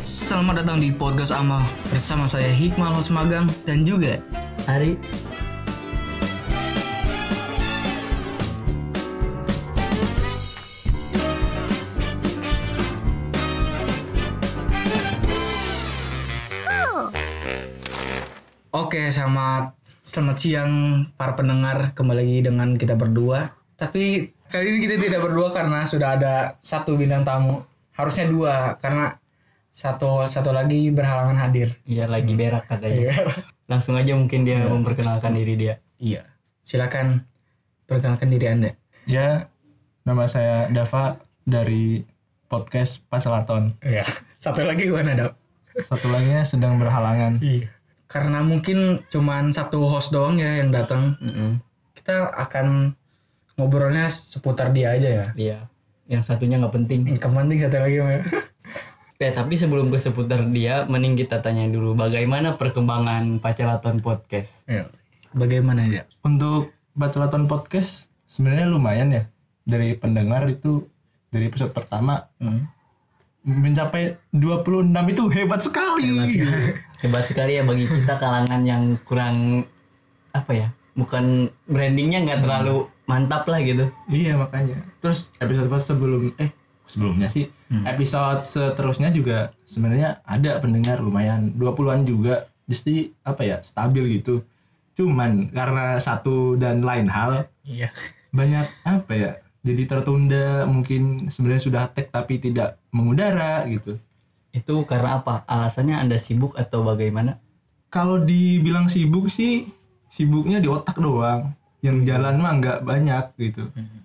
Selamat datang di podcast Amal bersama saya Hikmal host magang dan juga Ari. Oke, selamat siang para pendengar, kembali lagi dengan kita berdua. Tapi kali ini kita tidak berdua karena sudah ada satu bintang tamu. Harusnya dua karena satu lagi berhalangan hadir. Iya, lagi berak katanya. Langsung aja mungkin dia memperkenalkan diri dia. Iya. Silakan perkenalkan diri Anda. Ya, nama saya Dava dari podcast Pacelaton. Iya. Satu lagi gimana, Dok? Satu lagi sedang berhalangan. Iya. Karena mungkin cuman satu host doang ya yang datang. Kita akan ngobrolnya seputar dia aja ya. Iya. Yang satunya nggak penting. Yang penting satu lagi. Tapi sebelum ke seputar dia, mending kita tanya dulu bagaimana perkembangan Pacelaton Podcast. Iya. Bagaimana dia? Untuk Pacelaton Podcast sebenarnya lumayan ya. Dari pendengar itu dari episode pertama mencapai 26 itu hebat sekali. Hebat sekali ya bagi kita kalangan yang kurang apa ya? Bukan brandingnya nggak terlalu mantap lah gitu. Iya, makanya. Terus episode sebelumnya sih episode seterusnya juga sebenarnya ada pendengar lumayan 20-an juga. Jadi apa ya, stabil gitu. Cuman karena satu dan lain hal Iya. banyak apa ya, jadi tertunda, mungkin sebenarnya sudah tag tapi tidak mengudara gitu. Itu karena apa? Alasannya Anda sibuk atau bagaimana? Kalau dibilang sibuk sih, sibuknya di otak doang. Yang jalan mah nggak banyak gitu.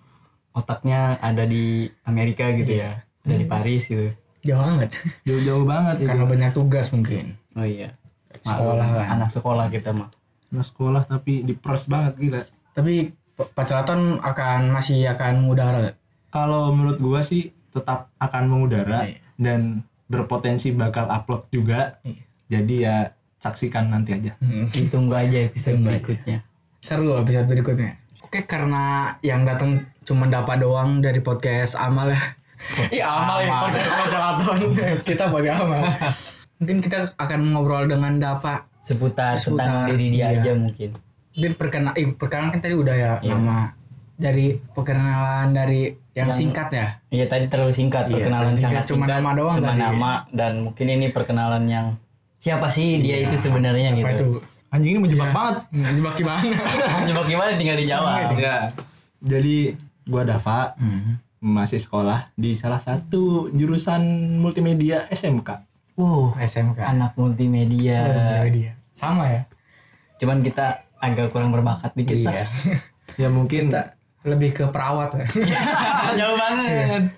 Otaknya ada di Amerika gitu ya. Ada di Paris gitu. Jauh banget. Jauh-jauh banget gitu. Karena banyak tugas mungkin. Oh iya. Sekolah kan. Anak sekolah kita mah. Nah, sekolah tapi diperas banget gila. Tapi Pacelaton masih akan mengudara. Kalau menurut gua sih tetap akan mengudara dan berpotensi bakal upload juga. Jadi ya saksikan nanti aja. Ditunggu aja episode berikutnya. Seru episode berikutnya. Oke, karena yang datang cuma Dapa doang dari podcast Amal ya. Iya, Amal ya, podcast Pacelaton. Kita pakai Amal. Mungkin kita akan ngobrol dengan Dapa Seputar tentang diri dia aja mungkin. Mungkin perkenalan kan tadi udah ya, nama dari perkenalan dari yang singkat ya. Iya, tadi terlalu singkat, perkenalan sangat cuma singkat, nama doang cuma tadi. nama, dan mungkin ini perkenalan yang siapa sih dia itu sebenarnya Apa gitu. itu? Anjing ini menjebak banget. Jebak gimana? Coba gimana tinggal dijawab. Ya. Jadi gua Dava masih sekolah di salah satu jurusan multimedia SMK. SMK. Anak multimedia. Dia. Sama ya. Cuman kita agak kurang berbakat dikit. Iya. Ya mungkin Kita lebih ke perawat ya. Jauh banget.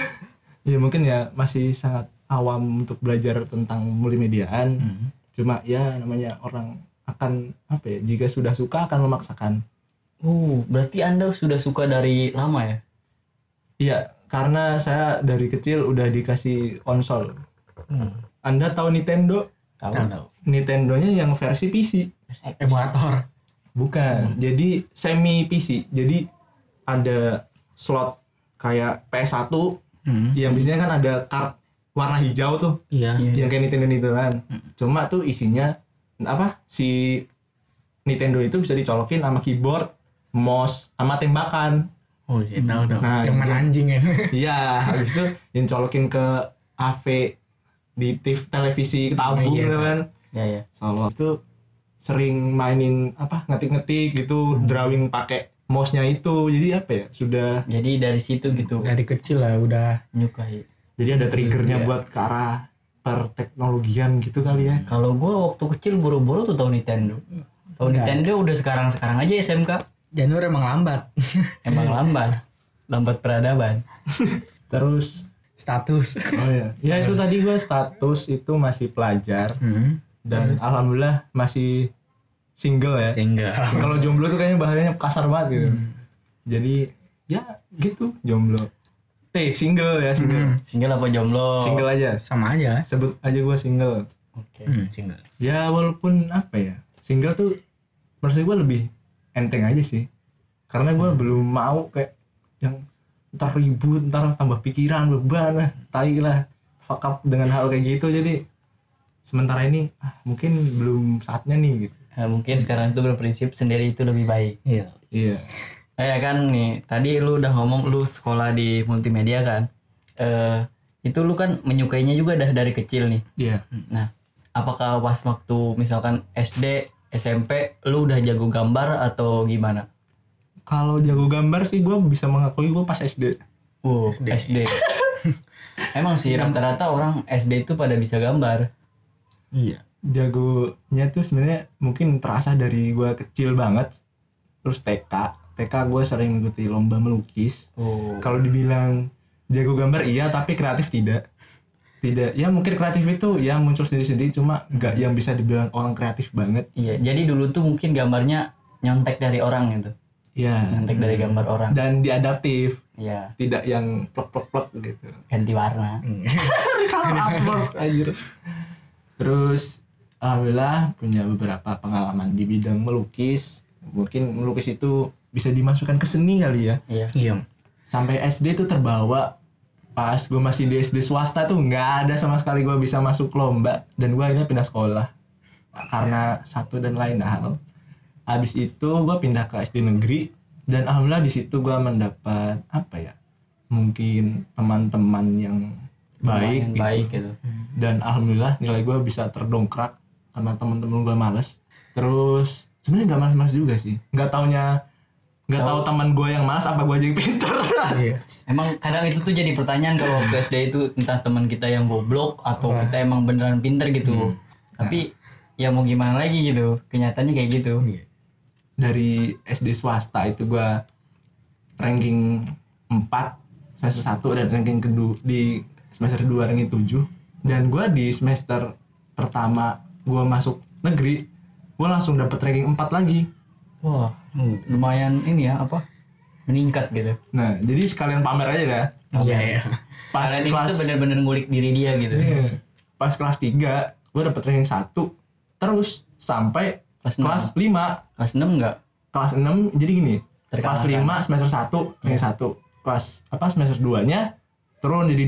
ya mungkin ya masih sangat awam untuk belajar tentang multimediaan. Cuma ya namanya orang akan apa ya, jika sudah suka akan memaksakan. Berarti Anda sudah suka dari lama ya? Iya, karena saya dari kecil udah dikasih konsol. Anda tahu Nintendo? Tahu. Nintendonya yang versi PC. Emulator. Bukan. Jadi semi PC. Jadi ada slot kayak PS1 yang biasanya kan ada kart warna hijau tuh. Iya. Yang kayak Nintendo kan. Cuma tuh isinya apa? Si Nintendo itu bisa dicolokin sama keyboard, mouse, sama tembakan. Oh iya, tahu. Nah, yang mana anjing ya? Iya, habis itu yang colokin ke AV di televisi tabung gitu kan. Iya. Solo itu sering mainin apa, ngetik-ngetik gitu, drawing pakai mouse-nya itu. Jadi apa ya? Sudah Jadi dari situ gitu Dari kecil lah udah. menyukai. jadi ada triggernya buat ke arah perteknologian gitu kali ya. Kalau gue waktu kecil buru-buru tuh tahu Nintendo. Tahu Nintendo udah sekarang aja SMK. Janur emang lambat. Emang lambat peradaban. Terus Status. oh ya. Ya itu tadi gue status itu masih pelajar dan alhamdulillah masih single ya. Sehingga Kalau jomblo tuh kayaknya bahasanya kasar banget gitu. Jadi ya gitu, jomblo. Single ya, single. Single apa jomblo? Single aja. sama aja. Sebut aja gue single. Oke. Single. Ya walaupun apa ya, single tuh menurut gue lebih enteng aja sih. Karena gue belum mau kayak yang ntar ribut, ntar tambah pikiran, beban lah, tai lah. fuck up dengan hal kayak gitu, jadi sementara ini mungkin belum saatnya nih gitu. Mungkin sekarang itu berprinsip sendiri itu lebih baik. Iya. Iya. Ya kan nih, tadi lu udah ngomong lu sekolah di multimedia kan. Itu lu kan menyukainya juga dari kecil nih. Iya. Nah, apakah pas waktu misalkan SD, SMP lu udah jago gambar atau gimana? Kalau jago gambar sih gue bisa mengakui gue pas SD. SD. Emang sih rata-rata orang SD itu pada bisa gambar. Iya. Jagonya tuh sebenarnya mungkin terasa dari gue kecil banget. Terus TK gue sering mengikuti lomba melukis. Kalau dibilang jago gambar iya, tapi kreatif tidak. Ya mungkin kreatif itu ya muncul sendiri-sendiri, cuma nggak yang bisa dibilang orang kreatif banget. Iya, jadi dulu tuh mungkin gambarnya nyontek dari orang gitu. Iya. Nyontek dari gambar orang. Dan diadaptif. Iya. Tidak yang plek gitu. Ganti warna. Color upload anjir. Terus alhamdulillah punya beberapa pengalaman di bidang melukis. Mungkin melukis itu bisa dimasukkan ke seni kali ya. Iya. Sampai SD tuh terbawa. Pas gue masih di SD swasta tuh nggak ada sama sekali gue bisa masuk lomba, dan gue akhirnya pindah sekolah karena satu dan lain hal. Habis itu gue pindah ke SD negeri, dan alhamdulillah di situ gue mendapat mungkin teman-teman yang baik gitu. Dan alhamdulillah nilai gue bisa terdongkrak karena teman-teman gue males. Terus sebenarnya nggak malas-malas juga sih, nggak tahu teman gue yang malas apa gue aja yang pinter. Iya. Emang kadang itu tuh jadi pertanyaan kalau waktu SD itu, entah teman kita yang goblok atau kita emang beneran pinter gitu. Tapi ya mau gimana lagi gitu, kenyataannya kayak gitu. Dari SD swasta itu gue ranking 4 semester 1 dan ranking kedua di semester 2 ranking 7. Dan gue di semester pertama gue masuk negeri, gue langsung dapet ranking 4 lagi. Wah, lumayan ini ya meningkat gitu. Nah, jadi sekalian pamer aja dah. Iya. Pas Kalian kelas itu bener-bener ngulik diri dia gitu. Pas kelas 3 gue dapet ranking 1 terus sampai kelas 5. Kelas 6 enggak? Kelas 6 jadi gini. Kelas Terkalahkan. 5 semester 1 ranking 1. Kelas semester 2-nya turun jadi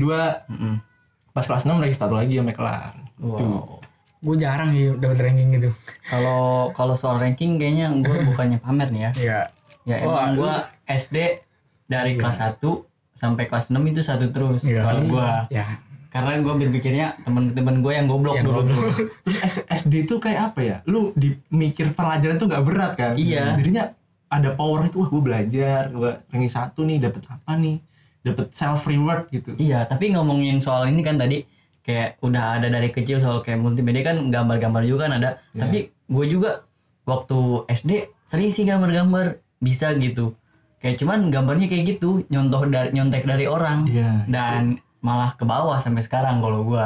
2. Pas kelas 6 ranking 1 lagi sampai kelar. Wow. Gue jarang sih dapet ranking gitu. Kalau soal ranking kayaknya gue bukannya pamer nih ya. Iya. Ya emang gue SD dari kelas 1 sampai kelas 6 itu 1 terus. Iya. Kalau gue. Ya. Karena gue berpikirnya teman-teman gue yang goblok dulu. Terus SD itu kayak apa ya? Lu mikir pelajaran tuh gak berat kan? Iya. Jadinya ada power itu, wah gue belajar, gue ranking 1 nih, dapet apa nih? Dapet self reward gitu. Iya, tapi ngomongin soal ini kan tadi kayak udah ada dari kecil soal kayak multimedia kan, gambar-gambar juga kan ada. Tapi gue juga waktu SD sering sih gambar-gambar bisa gitu. Kayak cuman gambarnya kayak gitu, nyontek dari orang. Iya, Dan malah ke bawah sampai sekarang kalau gue.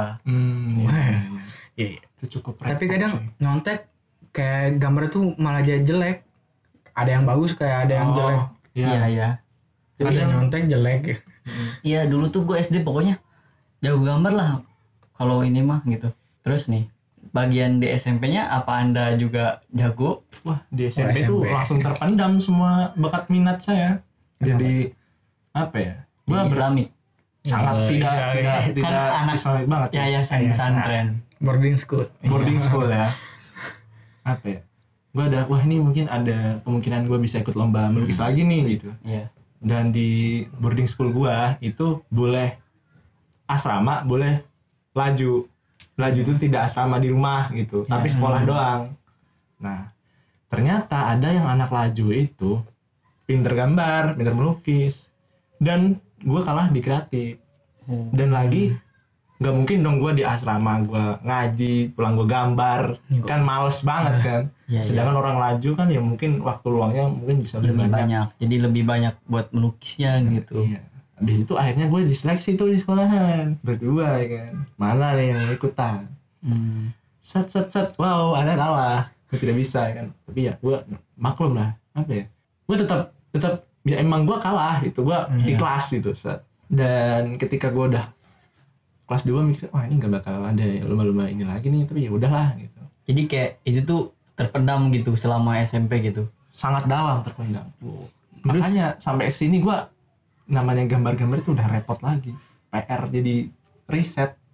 Iya. Itu cukup Tapi repot kadang sih. nyontek kayak gambar tuh malah jadi jelek. Ada yang bagus kayak ada yang jelek. Iya. Jadi yang nyontek jelek. Iya dulu tuh gue SD pokoknya jago gambar lah. Kalau ini mah gitu. Terus nih, bagian di SMP-nya apa Anda juga jago? Wah, di SMP tuh SMP. langsung terpendam semua bakat minat saya. Jadi apa ya? Gua Islami. sangat tidak Kan anak Islamic banget ya. Yayasan pesantren. Boarding school. Boarding school ya. Apa ya? Gue wah ini mungkin ada kemungkinan gue bisa ikut lomba melukis lagi nih gitu. Iya. Dan di boarding school gua itu boleh asrama, boleh laju itu tidak asrama di rumah gitu, tapi sekolah doang. Nah ternyata ada yang anak laju itu pinter gambar, pinter melukis, dan gua kalah di kreatif. Dan lagi nggak mungkin dong gua di asrama gua ngaji pulang gua gambar, kan males banget kan. Sedangkan orang laju kan ya mungkin waktu luangnya mungkin bisa Lebih banyak. banyak. Jadi lebih banyak buat melukisnya gitu. Iya. Habis itu akhirnya gue diseleksi tuh di sekolahan berdua ya kan. Mana nih yang ikutan? Set. Wow, ada kalah. Gue tidak bisa ya kan. Tapi ya gue maklum lah. Apa ya? Gue tetap ya emang gue kalah gitu. Gue ikhlas gitu. Set. Dan ketika gue udah kelas 2 mikir, wah ini gak bakal ada lomba-lomba ini lagi nih. Tapi ya udahlah gitu. Jadi kayak itu tuh terpendam gitu selama SMP gitu. Sangat dalam terpendam. Makanya sampai sini gue namanya gambar-gambar itu udah repot lagi. PR jadi riset.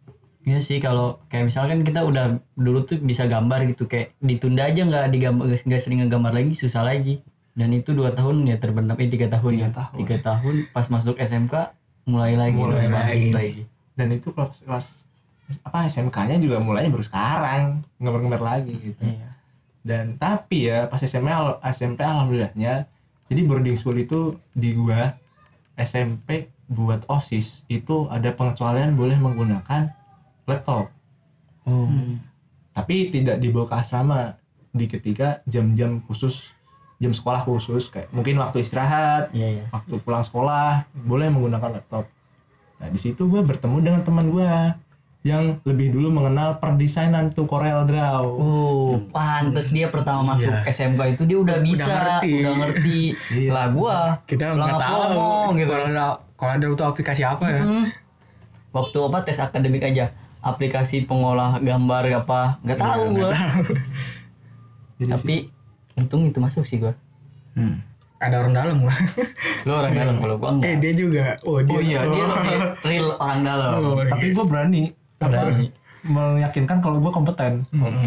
Iya sih, kalau kayak misalkan kita udah dulu tuh bisa gambar gitu, kayak ditunda aja nggak digambar, nggak sering ngegambar lagi, susah lagi. Dan itu 2 tahun ya terbenam, 3 tahun ya. 3 tahun pas masuk SMK mulai lagi. Dan itu kelas SMK-nya juga mulainya baru sekarang, ngeber-ngeber lagi gitu. Iya. Dan tapi ya pas SMP alhamdulillahnya, jadi boarding school itu di gua SMP buat OSIS itu ada pengecualian boleh menggunakan laptop. Tapi tidak dibawa ke asrama di ketika jam-jam khusus, jam sekolah khusus, kayak mungkin waktu istirahat, waktu pulang sekolah boleh menggunakan laptop. Nah di situ gue bertemu dengan teman gue yang lebih dulu mengenal perdesainan tuh Corel Draw. Pantes dia pertama masuk SMK itu dia udah bisa, udah ngerti. Lah gua Kita nggak tahu gitu. Kalau ada itu aplikasi apa ya? Waktu tes akademik aja, aplikasi pengolah gambar apa nggak tahu gua. Tapi untung itu masuk sih gua. Ada orang dalam gua. Lo orang dalam, kalau gua enggak. Dia juga. Dia lebih real orang dalam. Tapi gue berani meyakinkan kalau gue kompeten.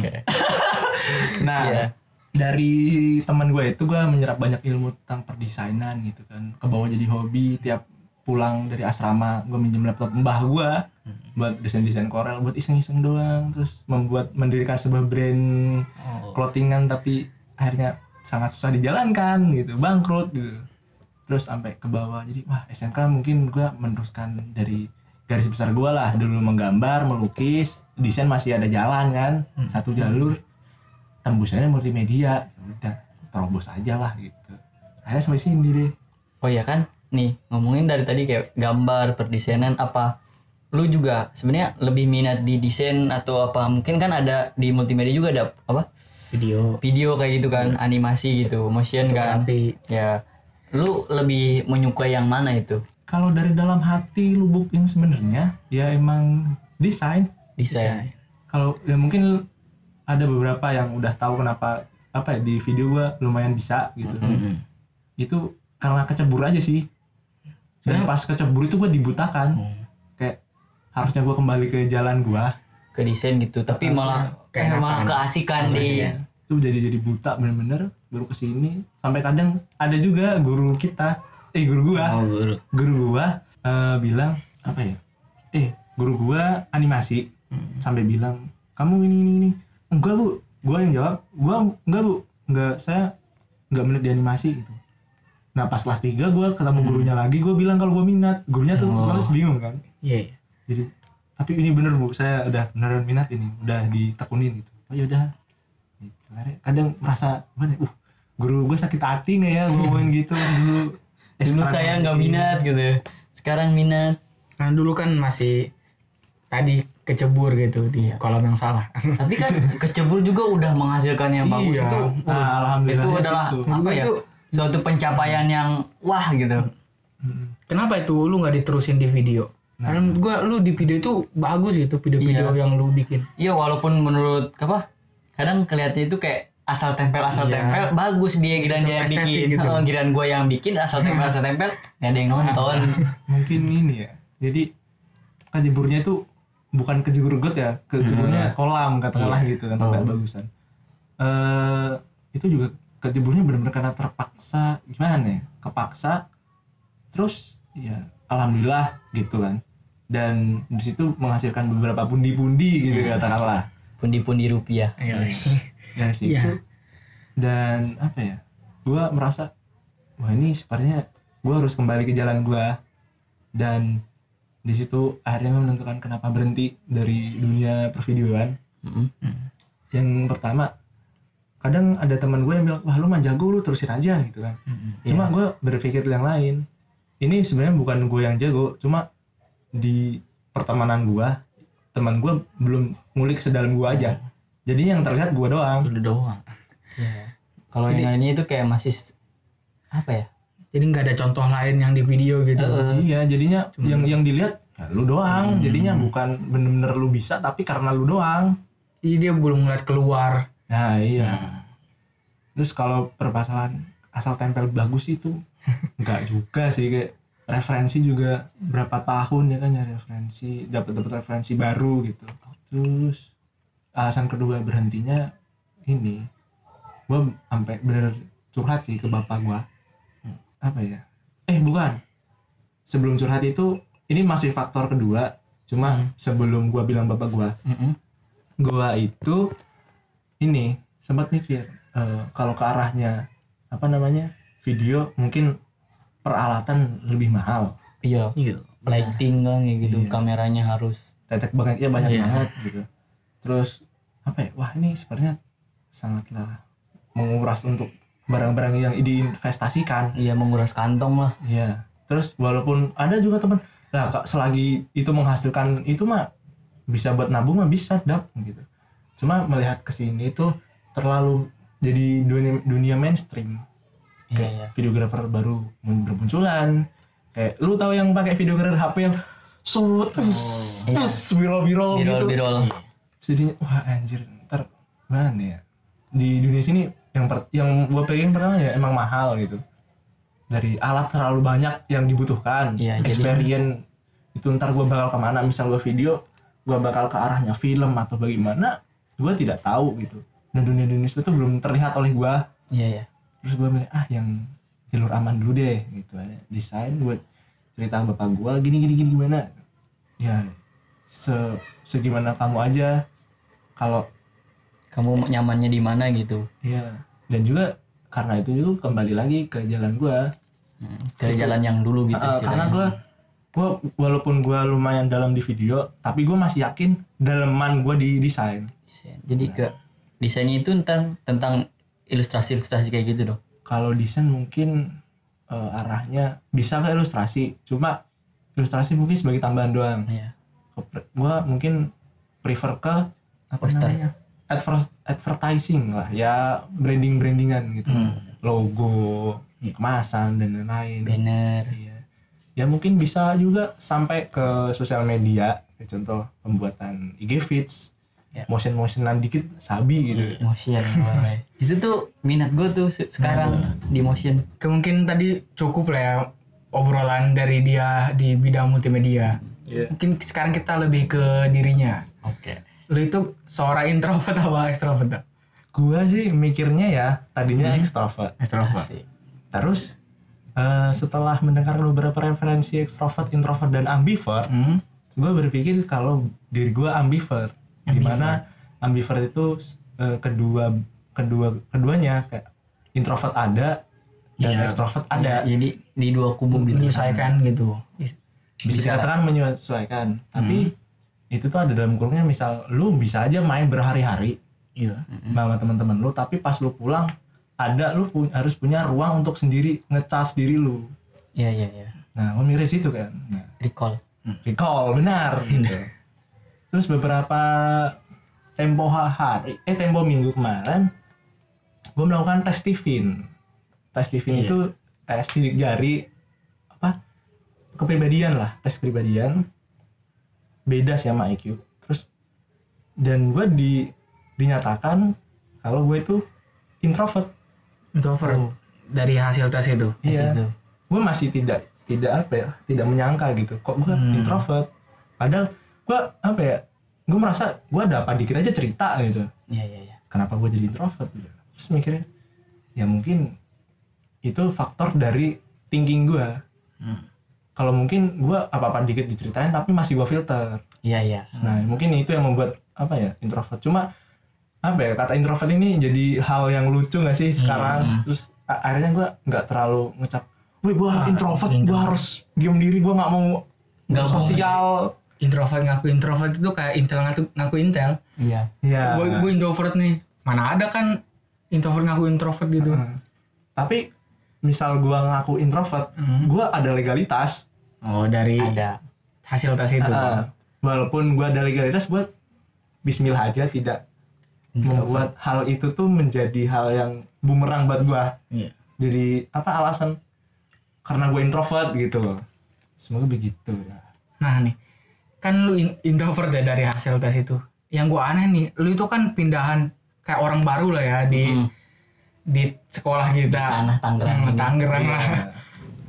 Nah, dari teman gue itu gue menyerap banyak ilmu tentang perdesainan gitu kan. Kebawa jadi hobi, tiap pulang dari asrama gue minjem laptop mbah gue buat desain Corel, buat iseng-iseng doang. Terus mendirikan sebuah brand clothingan, tapi akhirnya sangat susah dijalankan gitu, bangkrut gitu. Terus sampai ke bawah, jadi wah SMK mungkin gue meneruskan dari garis besar gue lah, dulu menggambar, melukis, desain masih ada jalan kan, satu jalur, tembusannya multimedia, udah terobos aja lah gitu. Akhirnya sampai sini deh. Oh iya kan, nih ngomongin dari tadi kayak gambar, perdesainan apa, lu juga sebenarnya lebih minat di desain atau apa? Mungkin kan ada di multimedia juga ada apa? Video kayak gitu kan, animasi gitu, motion kan. Ya, lu lebih menyukai yang mana itu? Kalau dari dalam hati lubuk yang sebenarnya ya emang desain. Kalau ya mungkin ada beberapa yang udah tahu kenapa apa ya, di video gua lumayan bisa gitu. Itu karena kecebur aja sih. Dan pas kecebur itu gua dibutakan. Kayak harusnya gua kembali ke jalan gua, ke desain gitu, tapi malah keasikan di itu jadi buta bener-bener, baru kesini. Sampai kadang ada juga guru gua bilang apa ya, guru gua animasi sampai bilang kamu ini enggak bu, gua yang jawab saya enggak minat di animasi gitu. Nah pas kelas 3 gua ketemu gurunya lagi, gua bilang kalau gua minat, gurunya tuh malah bingung kan. Jadi tapi ini bener bu, saya udah beneran minat ini, udah ditekunin gitu. Oh yaudah, kadang merasa gimana, guru gue sakit hati nggak ya ngomongin gitu dulu. Dulu saya nggak minat gitu, sekarang minat. Nah dulu kan masih tadi kecebur gitu di kolam yang salah. Tapi kan kecebur juga udah menghasilkan yang bagus itu. Alhamdulillah itu adalah apa ya? Suatu pencapaian yang wah gitu. Kenapa itu lu nggak diterusin di video? Karena menurut gua lu di video itu bagus gitu, video-video yang lu bikin. Iya, walaupun menurut apa? Kadang kelihatannya itu kayak asal tempel bagus dia kiraan dia bikin gitu. Kiraan gue yang bikin asal tempel nggak ada yang nonton. Mungkin ini ya, jadi kejeburnya itu bukan kejebur got ya, kejeburnya kolam katakanlah gitu kan, nggak bagusan. Itu juga kejeburnya benar-benar karena terpaksa, gimana ya, kepaksa terus ya alhamdulillah gitu kan. Dan di situ menghasilkan beberapa pundi-pundi gitu katakanlah, pundi-pundi rupiah. Ya sih itu. Dan apa ya, gue merasa wah ini sepertinya gue harus kembali ke jalan gue. Dan di situ akhirnya gue menentukan kenapa berhenti dari dunia pervideoan. Yang pertama, kadang ada teman gue yang bilang, wah lu mah jago, lu terusin aja gitu kan. Cuma gue berpikir yang lain, ini sebenarnya bukan gue yang jago, cuma di pertemanan gue, teman gue belum ngulik sedalam gue aja. Jadi yang terlihat gue doang. Lu doang. Kalau yang lainnya itu kayak masih apa ya? Jadi nggak ada contoh lain yang di video gitu. Iya, jadinya yang dilihat ya lu doang. Jadinya bukan bener-bener lu bisa, tapi karena lu doang. Jadi dia belum ngeliat keluar. Nah iya. Terus kalau permasalahan asal tempel bagus itu enggak juga sih, kayak referensi juga berapa tahun ya kan nyari referensi, dapat referensi baru gitu. Terus alasan kedua berhentinya ini, gue sampai bener curhat sih ke bapak gue. Apa ya? Bukan. Sebelum curhat itu, ini masih faktor kedua. Cuma sebelum gue bilang bapak gue, gue itu ini sempat mikir kalau ke arahnya apa namanya video mungkin peralatan lebih mahal. Iya. Lighting kan kayak gitu, kameranya harus Tetek banget ya banyak banget gitu. Terus apa ya? Wah ini sebenarnya sangatlah menguras untuk barang-barang yang diinvestasikan. Iya, menguras kantong lah. Iya. Terus walaupun ada juga teman, nah kak selagi itu menghasilkan itu mah bisa buat nabung mah bisa gitu. Cuma melihat kesini itu terlalu jadi dunia mainstream. Iya. Videografer baru bermunculan. Kayak lu tahu yang pakai videografer HP yang viral gitu. Birol. Jadinya wah anjir ntar mana ya di dunia sini yang gue pengen pertama ya emang mahal gitu, dari alat terlalu banyak yang dibutuhkan. Experience itu ntar gue bakal kemana, misal gue video gue bakal ke arahnya film atau bagaimana gue tidak tahu gitu, dan dunia itu belum terlihat oleh gue. Iya. Terus gue milih yang jalur aman dulu deh gitu, ada desain buat cerita bapak gue gini gimana ya, segimana kamu aja, kalau kamu nyamannya di mana gitu. Iya. Dan juga karena itu juga kembali lagi ke jalan gue, ke jalan yang dulu gitu karena gue walaupun gue lumayan dalam di video, tapi gue masih yakin daleman gue di desain. Jadi ke desainnya itu tentang ilustrasi kayak gitu dong. Kalau desain mungkin arahnya bisa ke ilustrasi, cuma ilustrasi mungkin sebagai tambahan doang. Iya. Gue mungkin prefer ke namanya advertising lah ya, brandingan gitu, logo, kemasan dan lain-lain, banner. Iya. Ya mungkin bisa juga sampai ke sosial media, kayak contoh pembuatan IG feeds, motionan dikit sabi gitu. Motion. Itu tuh minat gue tuh sekarang di motion. Mungkin tadi cukup lah ya obrolan dari dia di bidang multimedia. Mungkin sekarang kita lebih ke dirinya. Oke. Lu itu seorang introvert apa extrovert? Gua sih mikirnya ya tadinya extrovert. Terus setelah mendengar beberapa referensi extrovert, introvert dan ambivert, gue berpikir kalau diri gue ambivert. Dimana ambivert itu keduanya kayak introvert ada dan extrovert ada. Jadi di dua kubu gitu. Menyesuaikan gitu. Bisa dikatakan menyesuaikan. Tapi itu tuh ada dalam kurungnya, misal lu bisa aja main berhari-hari sama teman-teman lu, tapi pas lu pulang harus punya ruang untuk sendiri ngecas diri lu. Iya. Nah, gue mirip situ kan. Nah, recall benar. Gitu. Terus beberapa tempo minggu kemarin gue melakukan tes Stephen. Tes Stephen itu tes sidik jari kepribadian lah, tes kepribadian. Beda sih sama IQ. Terus dan gue dinyatakan kalau gue itu introvert dari hasil tes itu. Iya. Gue masih tidak menyangka gitu. Kok gue introvert? Padahal gue gue merasa gue ada apa dikit aja cerita gitu. Iya. Kenapa gue jadi introvert gitu. Terus mikirnya ya mungkin itu faktor dari thinking gue. Kalau mungkin gue apa dikit diceritain tapi masih gue filter. Iya. Nah mungkin itu yang membuat introvert. Cuma kata introvert ini jadi hal yang lucu nggak sih sekarang. Terus akhirnya gue nggak terlalu ngecap, wih gue introvert, gue harus diam diri, gue nggak mau sosial. Introvert ngaku introvert itu kayak intel ngaku intel. Iya. Gue introvert nih, mana ada kan introvert ngaku introvert gitu. Tapi misal gue ngaku introvert, gue ada legalitas. Dari ada hasil tes itu. Walaupun gue ada legalitas, gue bismillah aja tidak membuat hal itu tuh menjadi hal yang bumerang buat gue. Jadi alasan karena gue introvert gitu loh. Semoga begitu ya. Nah nih, kan lu introvert ya dari hasil tes itu. Yang gue aneh nih, lu itu kan pindahan kayak orang baru lah ya di sekolah kita. Di tanah Tangerang. Tangerang lah.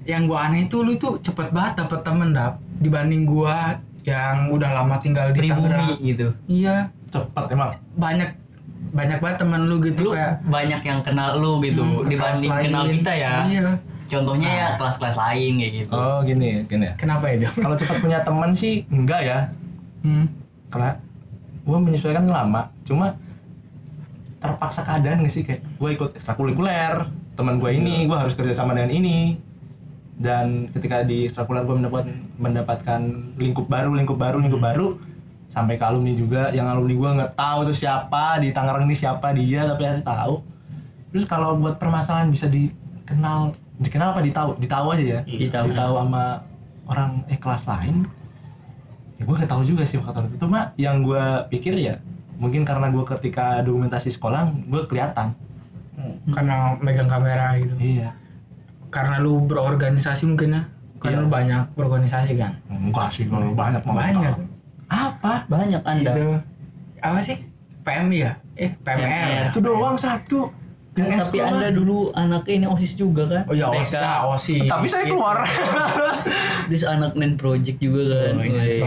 yang gua aneh itu lu tuh cepet banget dapet temen Dap dibanding gua yang udah lama tinggal di Tangerang. Pribumi gitu. Iya, Cepat emang. banyak banget temen lu gitu Lu kayak banyak yang kenal lu gitu ke dibanding kelas kenal lain. kita ya. Iya. Contohnya ya kelas-kelas lain kayak gitu. Oh gini ya. Kenapa itu? Kalau cepat punya teman sih enggak ya. Karena gue menyesuaikan lama. Cuma terpaksa keadaan gak sih kayak gue ikut ekstrakurikuler. Teman gue ini gue harus kerja sama dengan ini. Dan ketika di ekstrakurikuler gue mendapatkan lingkup baru sampai ke alumni juga. Yang alumni gue nggak tahu tuh siapa di Tangerang ini siapa dia tapi ada tahu. Terus kalau buat permasalahan bisa dikenal apa ditahu aja ya. Ditahu sama orang kelas lain. Ya gue gak tahu juga sih faktor itu. Cuma yang gue pikir ya mungkin karena gue ketika dokumentasi sekolah gue kelihatan. Karena megang kamera gitu. Iya. Karena lu berorganisasi mungkin ya. Karena lu banyak berorganisasi kan. Enggak sih kalau banyak mau Banyak. apa? Banyak Anda. Itu apa sih? PMI ya? PMR. Itu doang satu. Yang Tapi sekolah. Anda dulu anaknya ini OSIS juga kan? Oh iya, TK. OSIS. Tapi saya keluar. Terus anak Nen Project juga kan.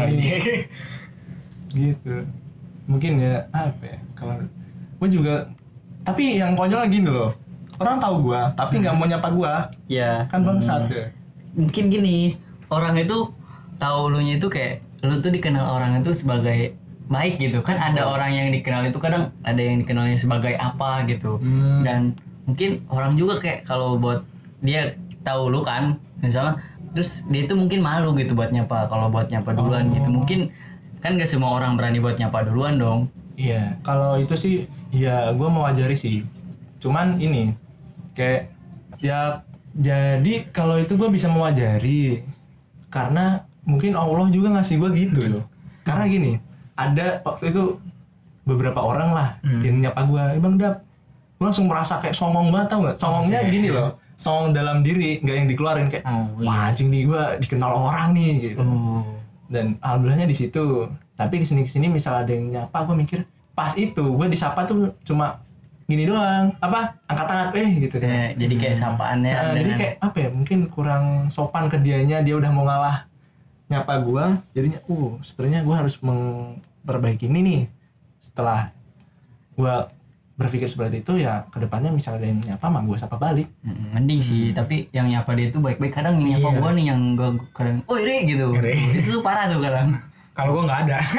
Gitu. Mungkin ya apa ya? Kalau gue juga tapi yang konyol gini loh. Orang tahu gue, tapi nggak mau nyapa gue. Ya. Kan bangsat ya. Mungkin gini, orang itu tahu lu nya itu kayak lu tuh dikenal orang itu sebagai baik gitu. Kan ada orang yang dikenal itu kadang ada yang dikenalnya sebagai apa gitu. Dan mungkin orang juga kayak kalau buat dia tahu lu kan, misalnya terus dia itu mungkin malu gitu buat nyapa. Kalau buat nyapa duluan gitu. Mungkin kan gak semua orang berani buat nyapa duluan dong. Iya, kalau itu sih ya gue mewajari sih. Cuman ini kayak ya jadi kalau itu gue bisa mewajari karena mungkin Allah juga ngasih gue gitu loh. Karena gini, ada waktu itu beberapa orang lah yang nyapa gue, Bang Dap, gue langsung merasa kayak songong banget tau gak? Songongnya gini loh, songong dalam diri, gak yang dikeluarin kayak, wah anjing nih gue dikenal orang nih gitu. Dan alhamdulillahnya di situ. Tapi kesini misal ada yang nyapa, gue mikir pas itu gue disapa tuh cuma gini doang, apa angkat tangan gitu kan. Jadi kayak sapaannya. Jadi kayak apa ya? Mungkin kurang sopan ke dianya, dia udah mau ngalah nyapa gue, jadinya sebenarnya gue harus memperbaiki ini nih. Setelah gue berpikir seperti itu ya kedepannya misalnya ada yang nyapa mah gue sapa balik. Mending sih, tapi yang nyapa dia itu baik-baik. Kadang yang nyapa gue nih yang gue kadang, Ire gitu. Itu tuh parah tuh kadang. Kalau gua nggak ada.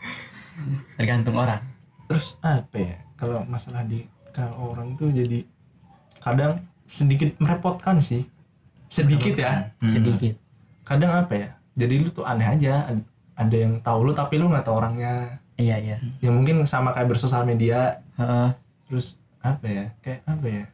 Tergantung orang. Terus apa ya? Kalau masalah kalau orang tuh jadi kadang sedikit merepotkan sih. Sedikit ya. Sedikit. Kadang apa ya? Jadi lu tuh aneh aja. Ada yang tahu lu tapi lu nggak tahu orangnya. Iya. Ya mungkin sama kayak bersosial media. Heeh. Terus apa ya? Kayak apa ya?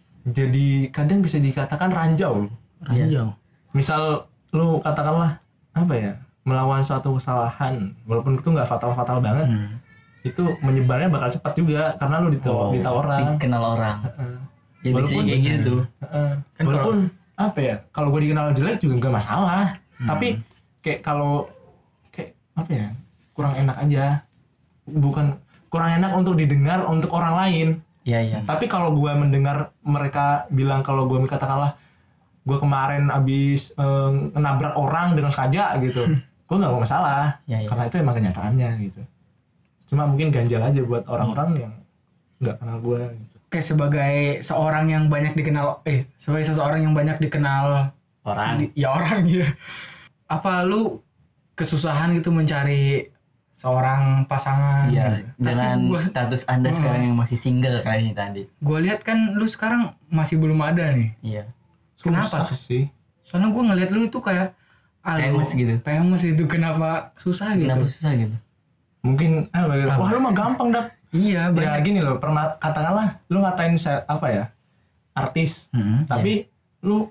Jadi kadang bisa dikatakan ranjau. Ranjau. Misal lu katakanlah apa ya? Melawan suatu kesalahan, walaupun itu nggak fatal banget, itu menyebarnya bakal cepat juga karena lu ditahu orang. Dikenal orang. Ya biasanya kayak gitu. Kan Walaupun apa ya? Kalau gue dikenal jelek juga nggak masalah. Tapi kayak kalau kayak apa ya? Kurang enak aja. Bukan kurang enak untuk didengar untuk orang lain. Iya. Tapi kalau gue mendengar mereka bilang kalau gue katakanlah gue kemarin abis nabrak orang dengan sengaja gitu, gue nggak mau masalah. Karena itu emang kenyataannya gitu. Cuma mungkin ganjal aja buat orang-orang yang nggak kenal gue. Gitu. Kayak sebagai seorang yang banyak dikenal, sebagai seseorang yang banyak dikenal Orang. Orang ya. Apa lu kesusahan gitu mencari seorang pasangan? Iya. Gitu. Dengan status Anda sekarang yang masih single kayaknya tadi. Gue lihat kan lu sekarang masih belum ada nih. Iya. Kenapa Susah sih? Soalnya gue ngeliat lu itu kayak Famous gitu. Famous itu kenapa susah gitu? Kenapa susah gitu? Mungkin wah lu mah gampang Dap. Iya, Ya gini loh, katakanlah lu ngatain apa ya? Artis. Tapi lu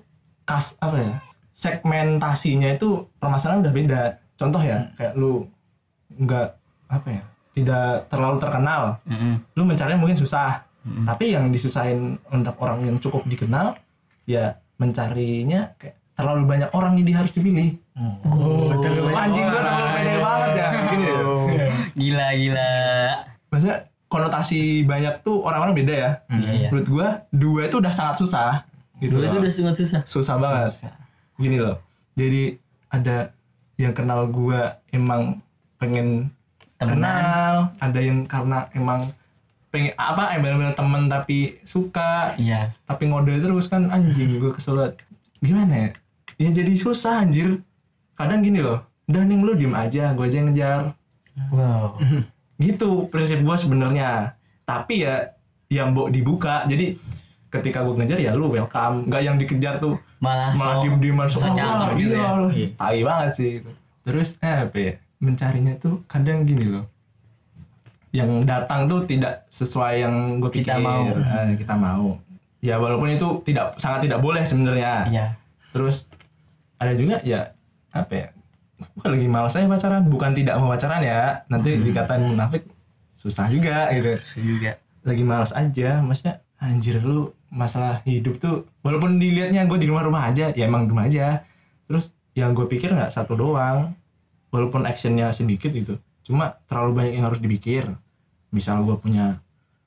segmentasinya itu permasalahan udah beda. Contoh ya, kayak lu nggak apa ya? Tidak terlalu terkenal. Lu mencarinya mungkin susah. Tapi yang disusahin untuk orang yang cukup dikenal ya mencarinya kayak terlalu banyak orang jadi harus dipilih. Anjing gue terlalu pede banget ya gini ya. Gila. Maksudnya konotasi banyak tuh orang-orang beda ya. Iya. Menurut gue 2 itu udah sangat susah gitu. Dulu itu udah sangat susah. Susah banget. gini loh. Jadi ada yang kenal gue emang pengen kenal, ada yang karena emang pengen bener-bener temen tapi suka, Iya. tapi ngode terus kan anjing. Gue kesel banget. Gimana ya? Ya jadi susah anjir. Kadang gini loh, udah nih lu diem aja, gue aja yang ngejar. Wow. Gitu prinsip gue sebenarnya. Tapi ya yang dibuka. Jadi ketika gue ngejar ya lu welcome, nggak yang dikejar tuh Malah diem-dieman so cakep gitu ya. Tai banget sih gitu. Terus apa ya, mencarinya tuh kadang gini loh, yang datang tuh tidak sesuai yang gue pikir. Kita mau. Kita mau ya, walaupun itu sangat tidak boleh sebenarnya. Iya. Terus ada juga ya apa ya, gue lagi malas aja pacaran, bukan tidak mau pacaran ya, nanti dikatain munafik susah juga gitu. Juga. Lagi malas aja, maksudnya anjir lu masalah hidup tuh, walaupun dilihatnya gue di rumah aja, ya emang rumah aja. Terus yang gue pikir nggak satu doang, walaupun actionnya sedikit gitu, cuma terlalu banyak yang harus dipikir. Misal gue punya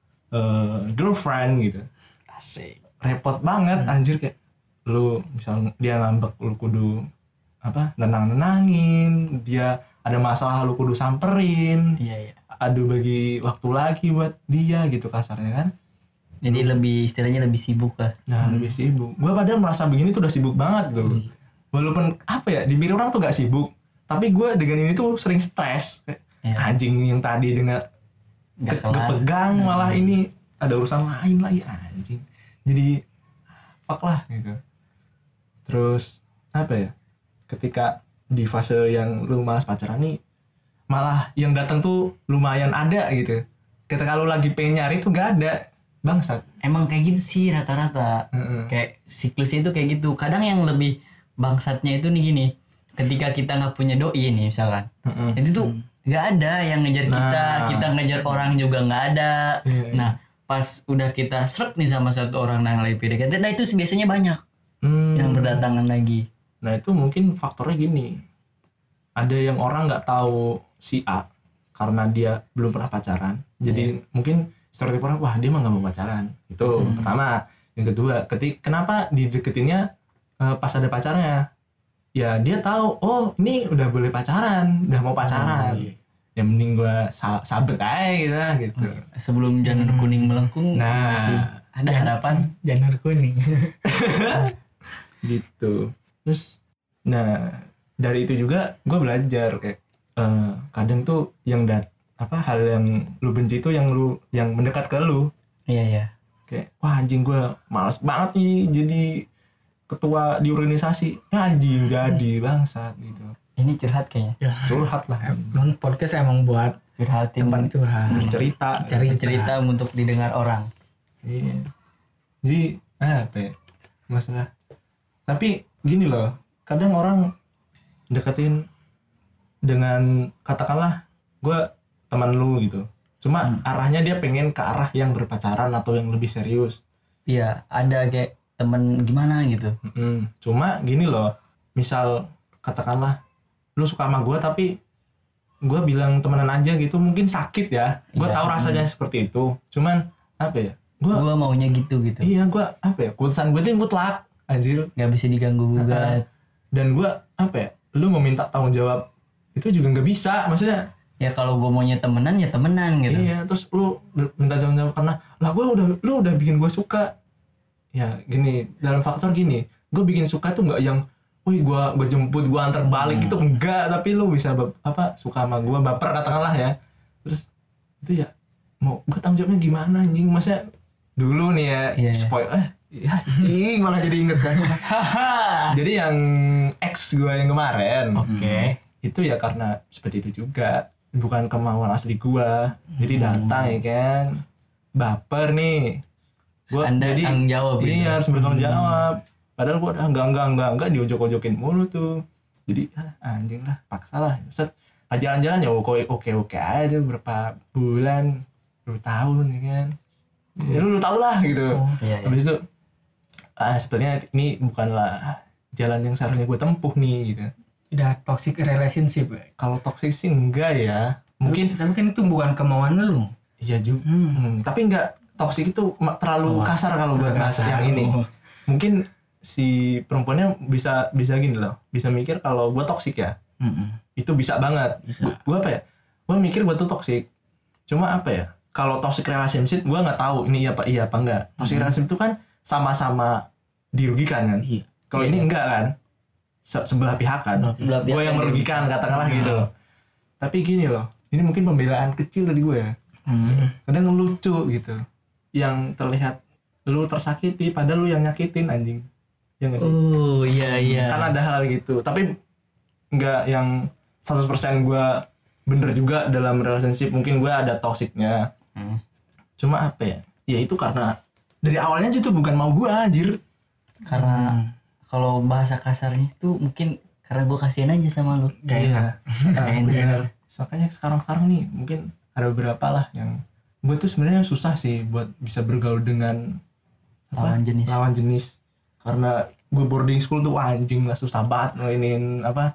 girlfriend gitu, Asik. repot banget anjir. Kayak lu misal dia ngambek, lu kudu nenangin dia, ada masalah lu kudu samperin, Iya. aduh bagi waktu lagi buat dia gitu kasarnya kan. Jadi lebih istilahnya lebih sibuk lah. Nah lebih sibuk. Gue padahal merasa begini tuh udah sibuk banget tuh. Walaupun apa ya, dipikir orang tuh gak sibuk, tapi gue dengan ini tuh sering stres. Iya. Anjing yang tadi aja gak kelar. kepegang, malah ini ada urusan lain lagi anjing. Jadi fuck lah gitu. Terus apa ya, ketika di fase yang lu malas pacaran nih, malah yang datang tuh lumayan ada gitu. Ketika lu lagi pengen nyari tuh gak ada. Bangsat. Emang kayak gitu sih rata-rata. Kayak siklusnya itu kayak gitu. Kadang yang lebih bangsatnya itu nih gini. Ketika kita nggak punya doi nih misalkan, itu tuh nggak ada yang ngejar kita ngejar orang juga nggak ada. Nah pas udah kita srek nih sama satu orang yang lagi PDKT, nah itu biasanya banyak yang berdatangan lagi. Nah itu mungkin faktornya gini. Ada yang orang nggak tahu si A karena dia belum pernah pacaran. Jadi mungkin stereotip orang, wah dia mah nggak mau pacaran. Itu pertama. Yang kedua, kenapa dideketinnya pas ada pacarnya? Ya dia tahu, oh ini udah boleh pacaran, udah mau pacaran. Ya mending gua sabet aja gitu. Sebelum janur kuning melengkung, Nah, masih ada harapan. Janur kuning. Gitu. Terus, nah dari itu juga gue belajar kayak kadang tuh yang hal yang lu benci itu yang mendekat ke lu. Iya. Kayak wah anjing gue males banget nih jadi ketua di organisasi. Ya anjing jadi bangsat gitu. Ini curhat kayaknya. Ya, Curhat lah. non podcast emang buat Curhatin tempat curhat. Cerita. untuk didengar orang. Iya. Jadi apa ya, masalah. Tapi gini loh, kadang orang deketin dengan katakanlah gue teman lu gitu, cuma arahnya dia pengen ke arah yang berpacaran atau yang lebih serius. Iya, ada kayak temen gimana gitu. Cuma gini loh, misal katakanlah lu suka sama gue tapi gue bilang temenan aja gitu, mungkin sakit ya. Gue tahu rasanya seperti itu, cuman apa ya, gue maunya gitu. iya gue apa ya, keputusan gue tuh mutlak anjir, Nggak bisa diganggu gugat. dan gue apa ya, lu mau minta tanggung jawab itu juga nggak bisa, maksudnya. Ya kalau gue maunya temenan ya temenan gitu. Iya, terus lu minta tanggung jawab karena lah lu udah bikin gue suka. Ya gini, dalam faktor gini, gue bikin suka tuh nggak yang, wih gue jemput, gue antar balik gitu, enggak. Tapi lu bisa suka sama gue, baper katakanlah ya. Terus itu ya mau gue tanggung jawabnya gimana anjing, masa dulu nih ya, spoiler ya anjing malah jadi inget kan. Jadi yang ex gue yang kemarin, itu ya karena seperti itu juga, bukan kemauan asli gua. Jadi datang ya kan, baper nih gua, Anda jadi tanggung jawab gitu. Iya, harus bertanggung jawab. Padahal gua enggak diojok-ojokin mulu tuh. Jadi anjing lah, paksa lah. Set jalan-jalan ya oke aja, berapa bulan, berapa tahun ya kan. Ya lu tau lah gitu. Iya. Habis itu sebenarnya ini bukanlah jalan yang seharusnya gue tempuh nih gitu. Udah toxic relationship ya. Kalau toxic sih enggak ya. Mungkin Tapi kan itu bukan kemauan lu. iya juga. Tapi enggak, toxic itu terlalu kasar kalau buat bahasa yang ini. Mungkin si perempuannya bisa gini loh, bisa mikir kalau gue toksik ya. Itu bisa banget. Gue apa ya? Gue mikir gue tuh toksik. Cuma apa ya? Kalau toxic relationship gue nggak tahu ini iya apa enggak. Toxic relationship itu kan sama-sama dirugikan kan. Kalau ini enggak kan. Sebelah pihak kan. Gue yang merugikan katakanlah gitu. Tapi gini loh. Ini mungkin pembelaan kecil dari gue ya. Kadang lucu gitu. Yang terlihat lu tersakiti padahal lu yang nyakitin anjing. Ya nggak sih? Oh iya. Kan ada hal gitu. Tapi enggak yang 100% gue bener juga dalam relationship. Mungkin gue ada toksiknya. Cuma apa ya? Ya itu karena dari awalnya aja tuh bukan mau gue anjir. Karena kalau bahasa kasarnya itu mungkin karena gue kasihan aja sama lu. Iya. Bener. Makanya sekarang nih mungkin ada beberapa lah yang gue tuh sebenarnya susah sih buat bisa bergaul dengan lawan jenis. Karena gue boarding school tuh anjing lah, susah banget ngelainin apa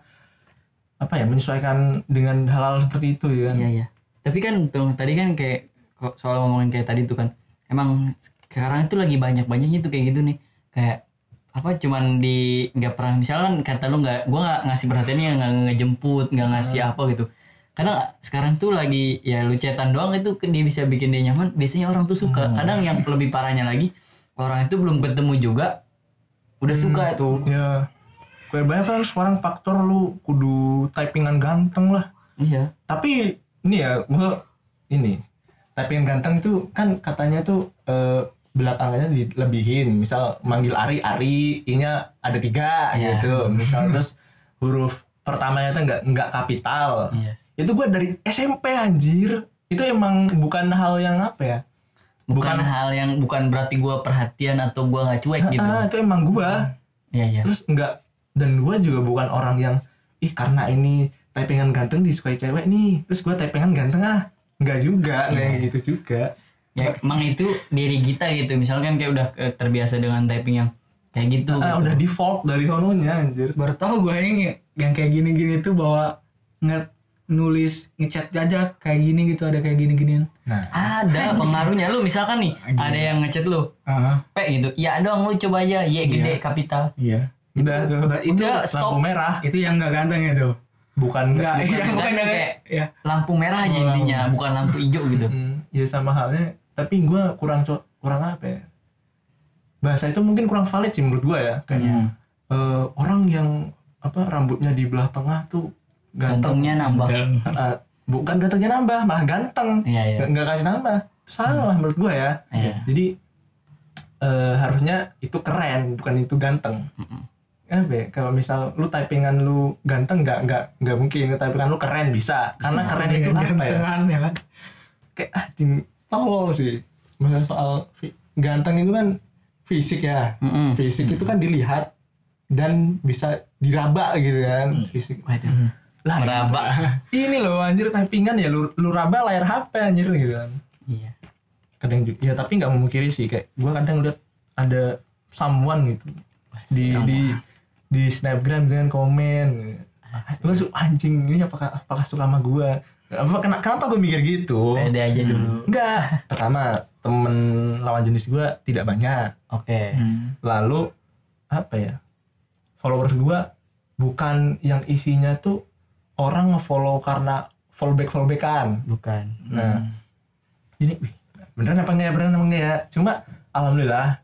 ya, menyesuaikan dengan hal-hal seperti itu ya kan. Iya. Tapi kan tuh tadi kan kayak soal ngomongin kayak tadi tuh kan, emang sekarang itu lagi banyak-banyaknya tuh kayak gitu nih, kayak apa cuman di nggak pernah misalkan kata lu gue nggak ngasih perhatiannya, nggak ngejemput, nggak ngasih apa gitu. Kadang sekarang tuh lagi ya lu chatan doang itu dia bisa bikin dia nyaman, biasanya orang tuh suka. Kadang yang lebih parahnya lagi, orang itu belum ketemu juga udah suka tuh. Ya kayak banyak kan sekarang faktor lu kudu typingan ganteng lah. Iya. Tapi ini ya gue ini typingan ganteng tuh kan katanya tuh belakangnya dilebihin, misal manggil Ari I-nya ada 3 gitu misal. Terus huruf pertamanya tuh nggak kapital. Itu gue dari SMP anjir. Itu emang bukan hal yang apa ya, bukan hal yang bukan berarti gue perhatian atau gue nggak cuek gitu. Itu emang gue. Iya. Terus enggak, dan gue juga bukan orang yang karena ini typingan ganteng disukai cewek nih terus gue typingan ganteng enggak juga, enggak yang gitu juga. Ya emang itu diri kita gitu, misalkan kayak udah terbiasa dengan typing yang kayak gitu, gitu. Udah default dari sononya anjir. Baru tahu gue ini yang kayak gini-gini tuh bahwa nulis ngechat aja kayak gini gitu, ada kayak gini-ginian. Nah, ada pengaruhnya. Lu misalkan nih ada yang ngechat lu P gitu, ya dong lu coba aja Y gede kapital. Iya. Udah Itu lampu merah. Itu yang nggak ganteng itu. Bukan bukan kayak ya. Lampu merah aja intinya, bukan lampu hijau gitu. Ya sama halnya, tapi gue kurang apa ya, bahasa itu mungkin kurang valid sih menurut gue ya. Kayak orang yang rambutnya di belah tengah tuh gantengnya nambah. Bukan gantengnya nambah, malah ganteng. Nggak kasih nambah. Salah menurut gue ya. Jadi harusnya itu keren, bukan itu ganteng. Kalau misal lu typingan lu ganteng, nggak mungkin typingan lu keren bisa. Karena keren itu apa ya kan? Kayak tolol sih. Masalah soal ganteng itu kan fisik ya. Fisik itu kan dilihat dan bisa diraba gitu kan. Fisik lah meraba. Ini loh anjir, typingan ya lu raba layar HP anjir gitu kan. Iya. Kadang juga ya, tapi nggak memungkiri sih, kayak gua kadang lihat ada someone gitu di Snapgram dengan komen. Gua anjing ini apakah suka sama gua? Kenapa gue mikir gitu? Pede aja dulu. Enggak. Pertama, temen lawan jenis gue tidak banyak. Oke. Lalu apa ya? Followers gue bukan yang isinya tuh orang nge-follow karena follow-backan. Bukan. Nah, jadi beneran apa enggak ya? Cuma alhamdulillah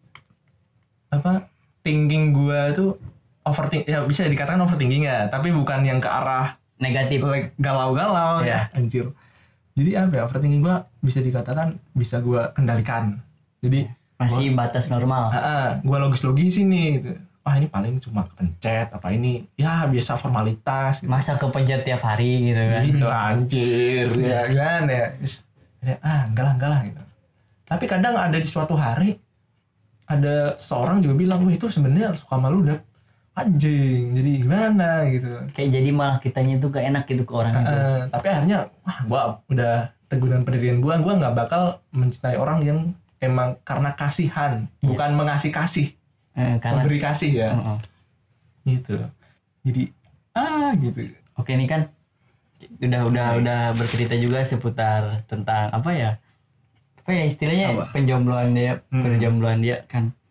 thinking gue tuh overthinking, ya bisa dikatakan overthinking ya, tapi bukan yang ke arah negatif, galau-galau ya anjir. Jadi overthinking gue bisa dikatakan bisa gue kendalikan. Jadi masih batas normal. Gue logis-logisin nih gitu. Ini paling cuma kepencet apa ini ya biasa formalitas gitu. Masa kepencet tiap hari gitu kan. Gitu anjir ya kan ya. Enggak lah gitu. Tapi kadang ada di suatu hari ada seorang juga bilang, "Wah, itu sebenarnya suka sama lu udah anjing, jadi gimana gitu." Kayak jadi malah kitanya tuh gak enak gitu ke orang itu. Tapi akhirnya gua udah teguh dengan pendirian gua nggak bakal mencintai orang yang emang karena kasihan, bukan mengasih kasih, memberi kasih ya. Gitu. Jadi gitu. Oke, ini kan udah bercerita juga seputar tentang apa ya istilahnya penjombloan dia kan.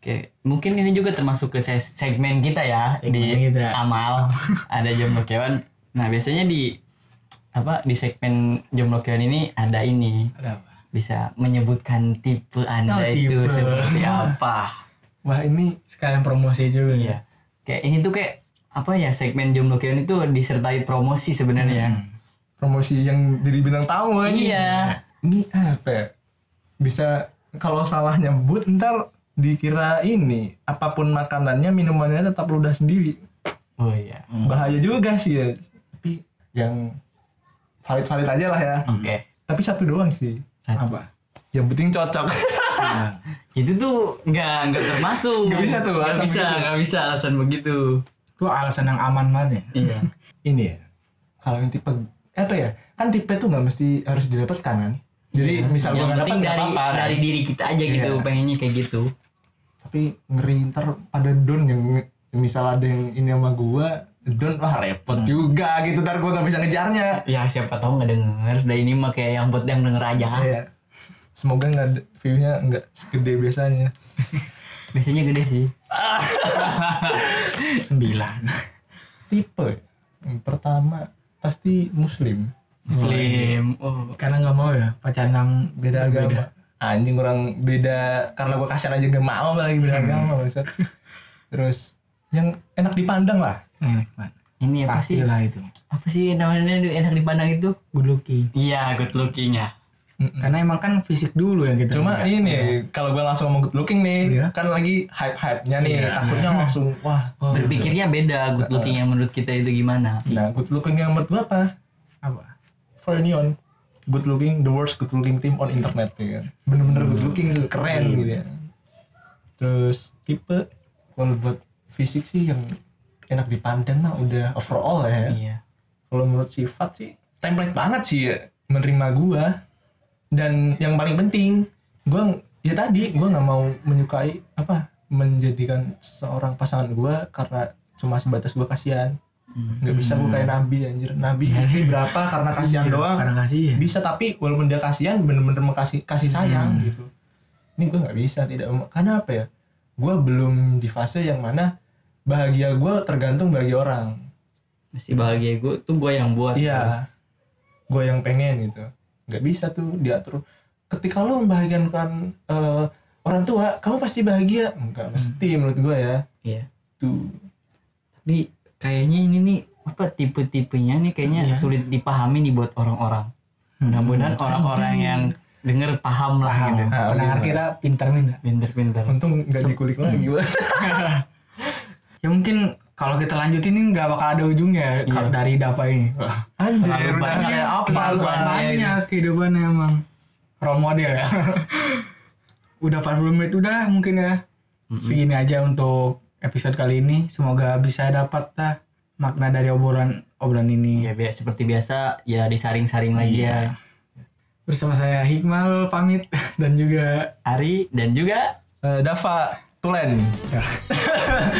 Oke, mungkin ini juga termasuk ke segmen kita ya di kita. Amal. Ada jomblo kewan. Nah, biasanya di segmen jomblo kewan ini ada ini. Ada apa? Bisa menyebutkan tipe Anda itu tipe. seperti apa. Wah ini Sekalian promosi juga. Iya. Kayak ini tuh kayak apa ya, segmen jomblo kewan itu disertai promosi sebenarnya. promosi yang jadi bintang tamu ini. Iya. Ini apa ya? Bisa kalau salah nyebut ntar dikira ini apapun makanannya minumannya tetap ludah sendiri. Oh iya. Bahaya juga sih ya. Tapi yang valid aja lah ya. Oke. Tapi satu doang sih. Apa? Yang penting cocok. Itu tuh nggak termasuk. Nggak bisa tuh alasan begitu. nggak bisa alasan begitu. Itu alasan yang aman banget ya. Iya. Ini ya. Kalau yang tipe apa ya? Kan tipe tuh nggak mesti harus didapatkan kan. Jadi misal gue Yang nggak penting dapat dari apa-apa, dari kan? diri kita aja gitu, Iya. pengennya kayak gitu. Tapi ngeri ntar pada don yang misal ada yang ini sama gua don wah repot juga gitu ntar gua nggak bisa ngejarnya. Ya siapa tahu nggak denger. Dan ini mah kayak yang buat yang denger aja. Iya. Semoga view-nya nggak segede biasanya. Biasanya gede sih. 9. Tipe yang pertama pasti muslim. Muslim. Oh. Karena nggak mau ya pacaran yang Beda agama. Anjing kurang beda karena gua kasihan aja gak mau apalagi beda agama maksud. Terus yang enak dipandang lah. enak banget. Ini apa sih? Pastilah itu. Apa sih namanya enak dipandang itu? Good looking. Iya, good looking ya. Karena emang kan fisik dulu yang kita Cuma lihat. ini kalau gua langsung ngomong good looking nih, Iya. kan lagi hype-hype-nya nih, takutnya langsung wah. Berpikirnya beda good looking yang menurut kita itu gimana? Nah, good looking yang menurut gua apa? Apa? For Neon, good looking, the worst good looking team on internet ya kan. Bener-bener good looking, keren gitu ya. Terus tipe kalau buat fisik sih yang enak dipandang mah udah overall ya. Iya. Kalau menurut sifat sih template banget sih ya menerima gua. Dan yang paling penting, gua ya tadi gua nggak mau menyukai menjadikan seseorang pasangan gua karena cuma sebatas gua kasihan. Nggak bisa gue kayak nabi anjir, nabi istri berapa karena kasihan doang Karena kasih ya. bisa, tapi walaupun dia kasihan bener-bener kasih sayang gitu. Ini gue nggak bisa, karena apa ya, gue belum di fase yang mana bahagia gue tergantung bahagia orang. Masih bahagia gue tuh gue yang buat. Iya, gue yang pengen gitu, nggak bisa tuh diatur. Ketika lo membahagiakan orang tua, kamu pasti bahagia, nggak mesti menurut gue ya. Iya. Tuh Tapi kayaknya ini nih apa tipe-tipenya nih kayaknya sulit dipahami nih buat orang-orang. Mudah-mudahan orang-orang yang denger paham lah gitu. Pendengar kita pintar-pintar. Pinter-pinter. untung nggak dikulik lagi gue. Ya mungkin kalau kita lanjutin ini nggak bakal ada ujungnya kalau dari Dava ini. Anjir, Terlalu udah banyak. kayak apa Terlalu lu? Banyak kehidupannya emang. Role model ya. Udah 40 menit udah mungkin ya. Segini aja untuk episode kali ini. Semoga bisa dapat lah makna dari obrolan ini. Ya seperti biasa ya disaring-saring lagi ya. Bersama saya Hikmal pamit dan juga Ari dan juga Dava Tulen.